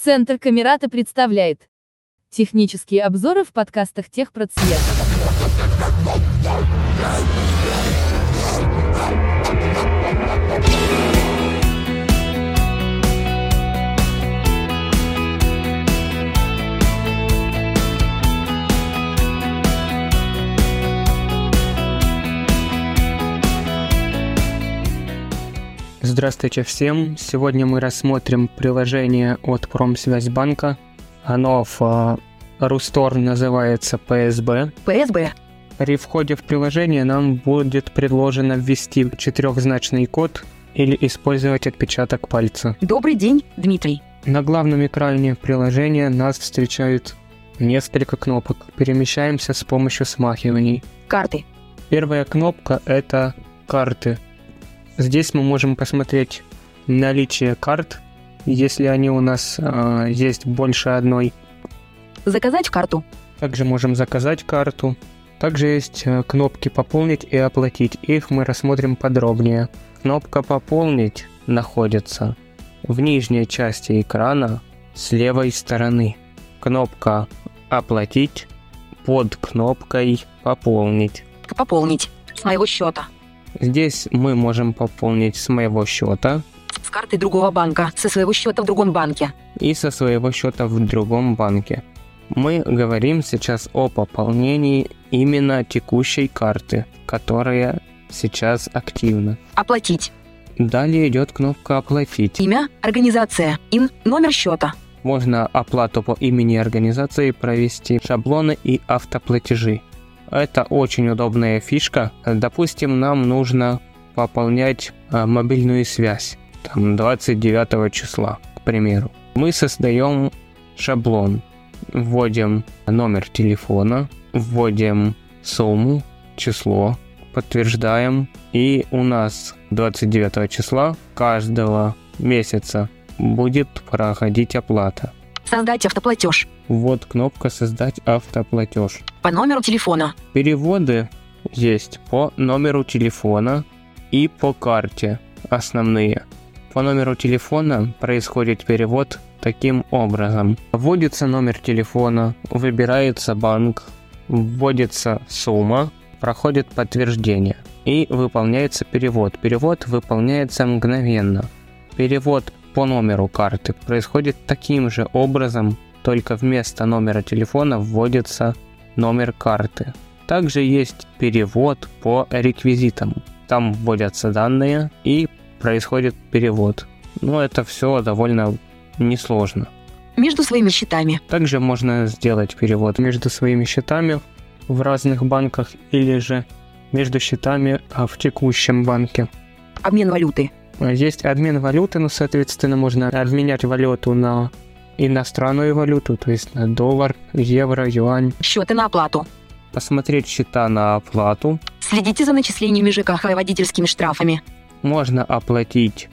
Центр Камерата представляет технические обзоры в подкастах Техпроцвет. Здравствуйте всем! Сегодня мы рассмотрим приложение от Промсвязьбанка. Оно в Рустор называется PSB. При входе в приложение нам будет предложено ввести 4-значный код или использовать отпечаток пальца. Добрый день, Дмитрий. На главном экране приложения нас встречают несколько кнопок. Перемещаемся с помощью смахиваний. Карты. Первая кнопка – это карты. Здесь мы можем посмотреть наличие карт, если они у нас есть больше одной. Заказать карту. Также можем заказать карту. Также есть кнопки «Пополнить» и «Оплатить». Их мы рассмотрим подробнее. Кнопка «Пополнить» находится в нижней части экрана с левой стороны. Кнопка «Оплатить» под кнопкой «Пополнить». Пополнить с моего счета. Здесь мы можем пополнить с моего счета. С карты другого банка, со своего счета в другом банке. И со своего счета в другом банке. Мы говорим сейчас о пополнении именно текущей карты, которая сейчас активна. Оплатить. Далее идет кнопка «Оплатить». Имя, организация, номер счета. Можно оплату по имени организации провести, шаблоны и автоплатежи. Это очень удобная фишка. Допустим, нам нужно пополнять мобильную связь. 29 числа, к примеру. Мы создаем шаблон. Вводим номер телефона, вводим сумму, число, подтверждаем. И у нас 29 числа каждого месяца будет проходить оплата. Создать автоплатеж. Вот кнопка «Создать автоплатеж». По номеру телефона. Переводы есть по номеру телефона и по карте основные. По номеру телефона происходит перевод таким образом. Вводится номер телефона, выбирается банк, вводится сумма, проходит подтверждение и выполняется перевод. Перевод выполняется мгновенно. Перевод по номеру карты происходит таким же образом, только вместо номера телефона вводится номер карты. Также есть перевод по реквизитам. Там вводятся данные и происходит перевод. Но это все довольно несложно. Между своими счетами. Также можно сделать перевод между своими счетами в разных банках или же между счетами в текущем банке. Обмен валюты. Есть обмен валюты, но, соответственно, можно обменять валюту на иностранную валюту, то есть на доллар, евро, юань. Счеты на оплату. Посмотреть счета на оплату. Следите за начислениями ЖКХ и водительскими штрафами. Можно оплатить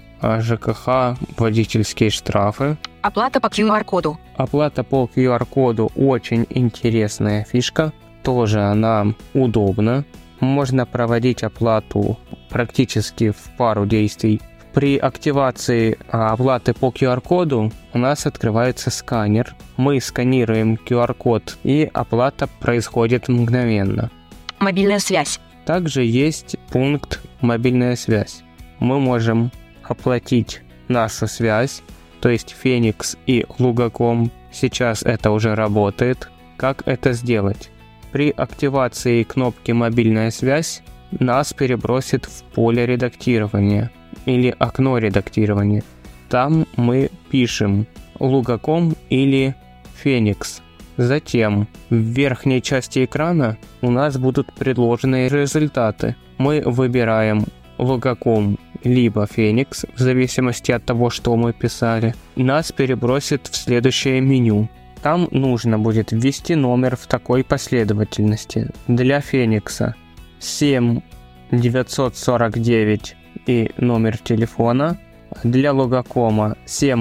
ЖКХ, водительские штрафы. Оплата по QR-коду. Оплата по QR-коду очень интересная фишка. Тоже она удобна. Можно проводить оплату практически в пару действий. При активации оплаты по QR-коду у нас открывается сканер. Мы сканируем QR-код, и оплата происходит мгновенно. Мобильная связь. Также есть пункт «Мобильная связь». Мы можем оплатить нашу связь, то есть Феникс и Лугаком. Сейчас это уже работает. Как это сделать? При активации кнопки «Мобильная связь» нас перебросит в поле редактирования или окно редактирования. Там мы пишем Лугаком или Феникс. Затем в верхней части экрана у нас будут предложены результаты. Мы выбираем Лугаком либо Феникс, в зависимости от того, что мы писали. Нас перебросит в следующее меню. Там нужно будет ввести номер в такой последовательности. Для Феникса 7949 и номер телефона. Для Лугакома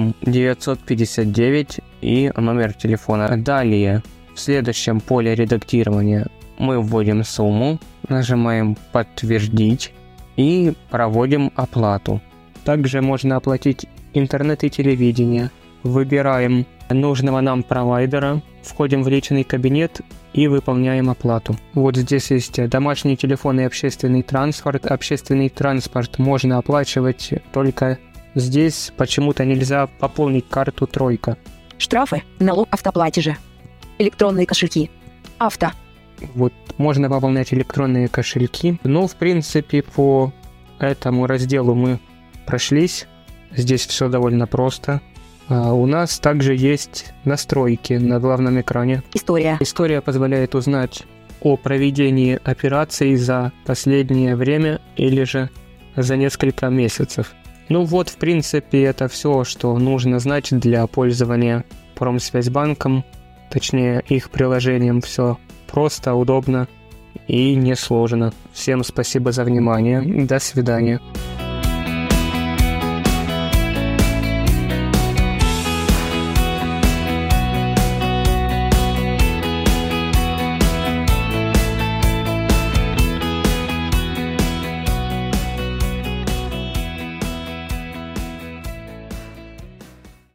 7959 и номер телефона. Далее в следующем поле редактирования мы вводим сумму, нажимаем «Подтвердить» и проводим оплату. Также можно оплатить интернет и телевидение. Выбираем нужного нам провайдера, входим в личный кабинет и выполняем оплату. Вот здесь есть домашний телефон и общественный транспорт. Общественный транспорт можно оплачивать только здесь. Почему-то нельзя пополнить карту «Тройка». Штрафы, налог, автоплатежи, электронные кошельки, авто. Вот можно пополнять электронные кошельки. Ну, в принципе, по этому разделу мы прошлись. Здесь все довольно просто. У нас также есть настройки на главном экране. История. История позволяет узнать о проведении операций за последнее время или же за несколько месяцев. Ну вот, в принципе, это все, что нужно знать для пользования Промсвязьбанком, точнее их приложением. Все просто, удобно и несложно. Всем спасибо за внимание. До свидания.